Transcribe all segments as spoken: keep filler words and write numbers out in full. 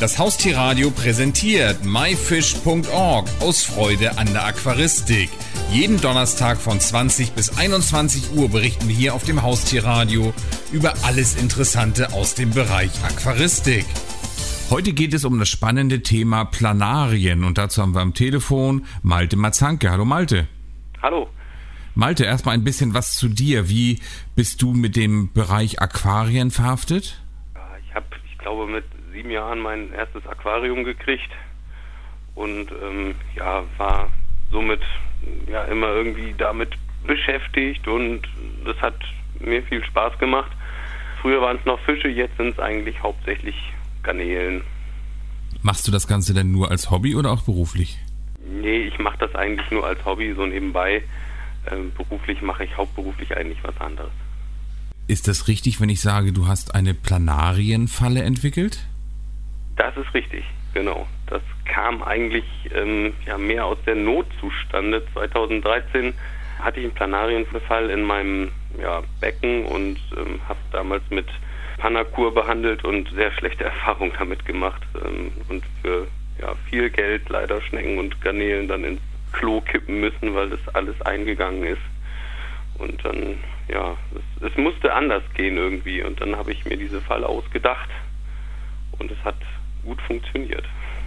Das Haustierradio präsentiert myfish punkt org aus Freude an der Aquaristik. Jeden Donnerstag von zwanzig bis einundzwanzig Uhr berichten wir hier auf dem Haustierradio über alles Interessante aus dem Bereich Aquaristik. Heute geht es um das spannende Thema Planarien und dazu haben wir am Telefon Malte Matzanke. Hallo Malte. Hallo. Malte, erstmal ein bisschen was zu dir. Wie bist du mit dem Bereich Aquarien verhaftet? Ja, ich habe, ich glaube, mit sieben Jahren mein erstes Aquarium gekriegt und ähm, ja, war somit ja immer irgendwie damit beschäftigt und das hat mir viel Spaß gemacht. Früher waren es noch Fische, jetzt sind es eigentlich hauptsächlich Garnelen. Machst du das Ganze denn nur als Hobby oder auch beruflich? Nee, ich mache das eigentlich nur als Hobby, so nebenbei. Ähm, beruflich mache ich hauptberuflich eigentlich was anderes. Ist das richtig, wenn ich sage, du hast eine Planarienfalle entwickelt? Das ist richtig, genau. Das kam eigentlich ähm, ja, mehr aus der Not zustande. zweitausenddreizehn hatte ich einen Planarienbefall in meinem ja, Becken und ähm, habe damals mit Panakur behandelt und sehr schlechte Erfahrungen damit gemacht ähm, und für ja, viel Geld leider Schnecken und Garnelen dann ins Klo kippen müssen, weil das alles eingegangen ist. Und dann, ja, es, es musste anders gehen irgendwie und dann habe ich mir diese Falle ausgedacht und es hat gut funktioniert.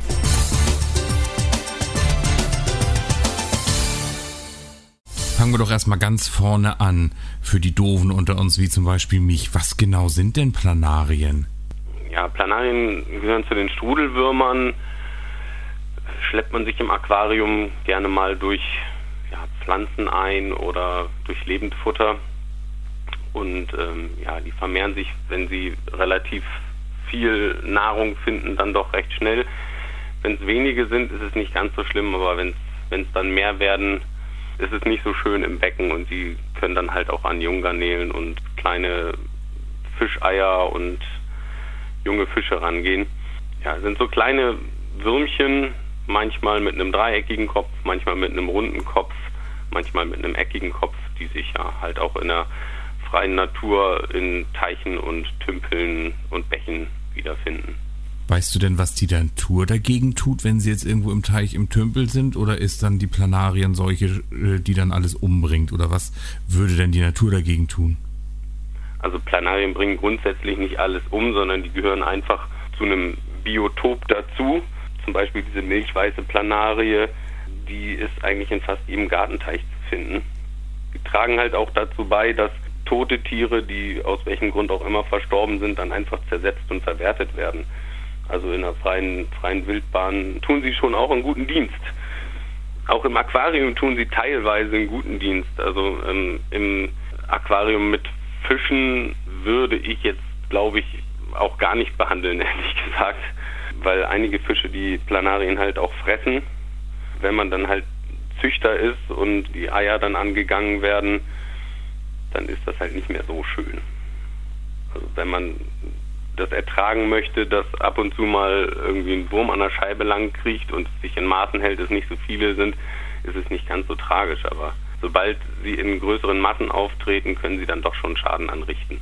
Fangen wir doch erstmal ganz vorne an für die Doofen unter uns, wie zum Beispiel mich. Was genau sind denn Planarien? Ja, Planarien gehören zu den Strudelwürmern. Schleppt man sich im Aquarium gerne mal durch ja, Pflanzen ein oder durch Lebendfutter. Und ähm, ja, die vermehren sich, wenn sie relativ viel Nahrung finden, dann doch recht schnell. Wenn es wenige sind, ist es nicht ganz so schlimm, aber wenn es dann mehr werden, ist es nicht so schön im Becken und sie können dann halt auch an Junggarnelen und kleine Fischeier und junge Fische rangehen. Ja, sind so kleine Würmchen, manchmal mit einem dreieckigen Kopf, manchmal mit einem runden Kopf, manchmal mit einem eckigen Kopf, die sich ja halt auch in der freien Natur in Teichen und Tümpeln und Bächen wiederfinden. Weißt du denn, was die Natur dagegen tut, wenn sie jetzt irgendwo im Teich im Tümpel sind? Oder ist dann die Planarienseuche, die dann alles umbringt? Oder was würde denn die Natur dagegen tun? Also Planarien bringen grundsätzlich nicht alles um, sondern die gehören einfach zu einem Biotop dazu. Zum Beispiel diese milchweiße Planarie, die ist eigentlich in fast jedem Gartenteich zu finden. Die tragen halt auch dazu bei, dass tote Tiere, die aus welchem Grund auch immer verstorben sind, dann einfach zersetzt und verwertet werden. Also in der freien, freien Wildbahn tun sie schon auch einen guten Dienst. Auch im Aquarium tun sie teilweise einen guten Dienst. Also ähm, im Aquarium mit Fischen würde ich jetzt, glaube ich, auch gar nicht behandeln, ehrlich gesagt. Weil einige Fische die Planarien halt auch fressen. Wenn man dann halt Züchter ist und die Eier dann angegangen werden, dann ist das halt nicht mehr so schön. Also wenn man das ertragen möchte, dass ab und zu mal irgendwie ein Wurm an der Scheibe lang kriecht und sich in Maßen hält, es nicht so viele sind, ist es nicht ganz so tragisch. Aber sobald sie in größeren Massen auftreten, können sie dann doch schon Schaden anrichten.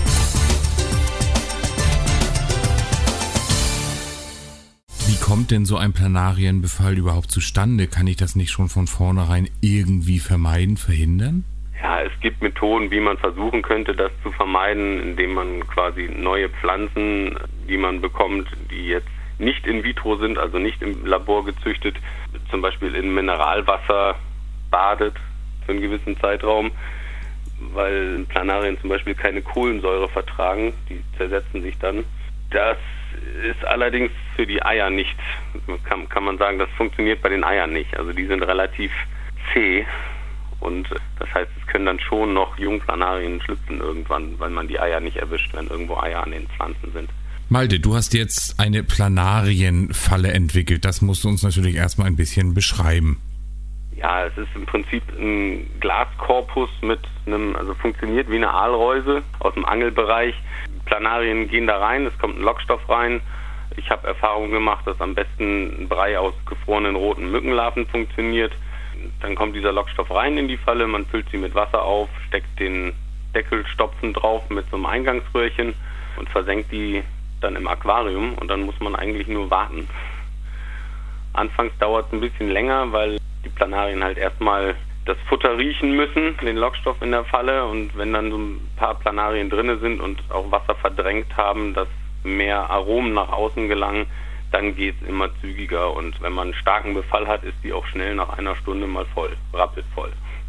Wie kommt denn so ein Planarienbefall überhaupt zustande? Kann ich das nicht schon von vornherein irgendwie vermeiden, verhindern? Ja, es gibt Methoden, wie man versuchen könnte, das zu vermeiden, indem man quasi neue Pflanzen, die man bekommt, die jetzt nicht in vitro sind, also nicht im Labor gezüchtet, zum Beispiel in Mineralwasser badet für einen gewissen Zeitraum, weil Planarien zum Beispiel keine Kohlensäure vertragen, die zersetzen sich dann. Das ist allerdings für die Eier nicht, kann, kann man sagen, das funktioniert bei den Eiern nicht. Also die sind relativ zäh. Und das heißt, es können dann schon noch Jungplanarien schlüpfen irgendwann, weil man die Eier nicht erwischt, wenn irgendwo Eier an den Pflanzen sind. Malte, du hast jetzt eine Planarienfalle entwickelt. Das musst du uns natürlich erstmal ein bisschen beschreiben. Ja, es ist im Prinzip ein Glaskorpus mit einem, also funktioniert wie eine Aalreuse aus dem Angelbereich. Planarien gehen da rein, es kommt ein Lockstoff rein. Ich habe Erfahrung gemacht, dass am besten ein Brei aus gefrorenen roten Mückenlarven funktioniert. Dann kommt dieser Lockstoff rein in die Falle, man füllt sie mit Wasser auf, steckt den Deckelstopfen drauf mit so einem Eingangsröhrchen und versenkt die dann im Aquarium und dann muss man eigentlich nur warten. Anfangs dauert es ein bisschen länger, weil die Planarien halt erstmal das Futter riechen müssen, den Lockstoff in der Falle, und wenn dann so ein paar Planarien drin sind und auch Wasser verdrängt haben, dass mehr Aromen nach außen gelangen, dann geht es immer zügiger, und wenn man einen starken Befall hat, ist die auch schnell nach einer Stunde mal voll, rappelt voll.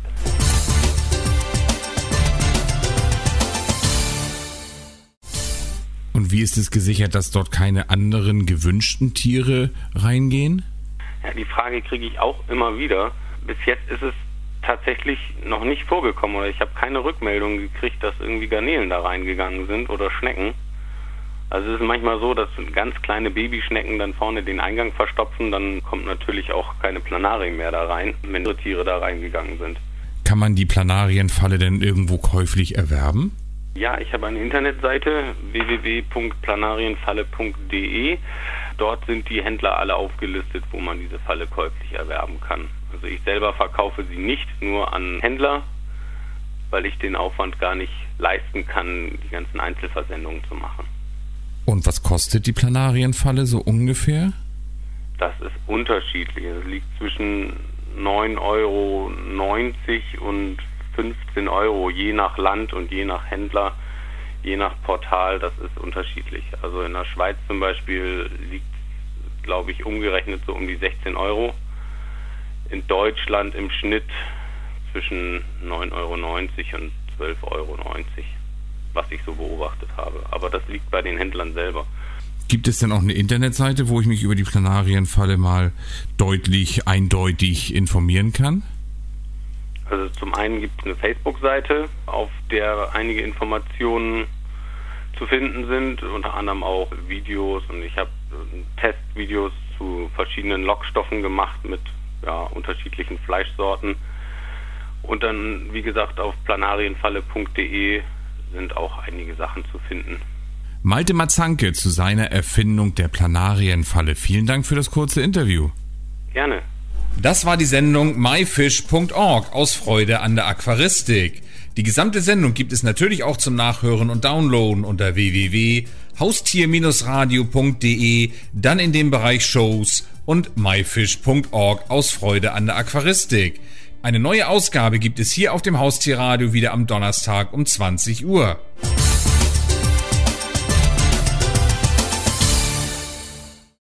Und wie ist es gesichert, dass dort keine anderen gewünschten Tiere reingehen? Ja, die Frage kriege ich auch immer wieder. Bis jetzt ist es tatsächlich noch nicht vorgekommen, oder ich habe keine Rückmeldung gekriegt, dass irgendwie Garnelen da reingegangen sind oder Schnecken. Also es ist manchmal so, dass ganz kleine Babyschnecken dann vorne den Eingang verstopfen, dann kommt natürlich auch keine Planarien mehr da rein, wenn andere Tiere da reingegangen sind. Kann man die Planarienfalle denn irgendwo käuflich erwerben? Ja, ich habe eine Internetseite w w w punkt planarienfalle punkt d e. Dort sind die Händler alle aufgelistet, wo man diese Falle käuflich erwerben kann. Also ich selber verkaufe sie nicht nur an Händler, weil ich den Aufwand gar nicht leisten kann, die ganzen Einzelversendungen zu machen. Und was kostet die Planarienfalle so ungefähr? Das ist unterschiedlich. Es liegt zwischen neun Euro neunzig und fünfzehn Euro, je nach Land und je nach Händler, je nach Portal, das ist unterschiedlich. Also in der Schweiz zum Beispiel liegt, glaube ich, umgerechnet so um die sechzehn Euro. In Deutschland im Schnitt zwischen neun Euro neunzig und zwölf Euro neunzig, was ich so beobachtet habe. Aber das liegt bei den Händlern selber. Gibt es denn auch eine Internetseite, wo ich mich über die Planarienfalle mal deutlich, eindeutig informieren kann? Also zum einen gibt es eine Facebook-Seite, auf der einige Informationen zu finden sind, unter anderem auch Videos, und ich habe Testvideos zu verschiedenen Lockstoffen gemacht mit ja, unterschiedlichen Fleischsorten. Und dann, wie gesagt, auf planarienfalle punkt d e sind auch einige Sachen zu finden. Malte Matzanke zu seiner Erfindung der Planarienfalle. Vielen Dank für das kurze Interview. Gerne. Das war die Sendung my fish punkt org aus Freude an der Aquaristik. Die gesamte Sendung gibt es natürlich auch zum Nachhören und Downloaden unter w w w punkt haustier radio punkt d e, dann in dem Bereich Shows und my fish punkt org aus Freude an der Aquaristik. Eine neue Ausgabe gibt es hier auf dem Haustierradio wieder am Donnerstag um zwanzig Uhr.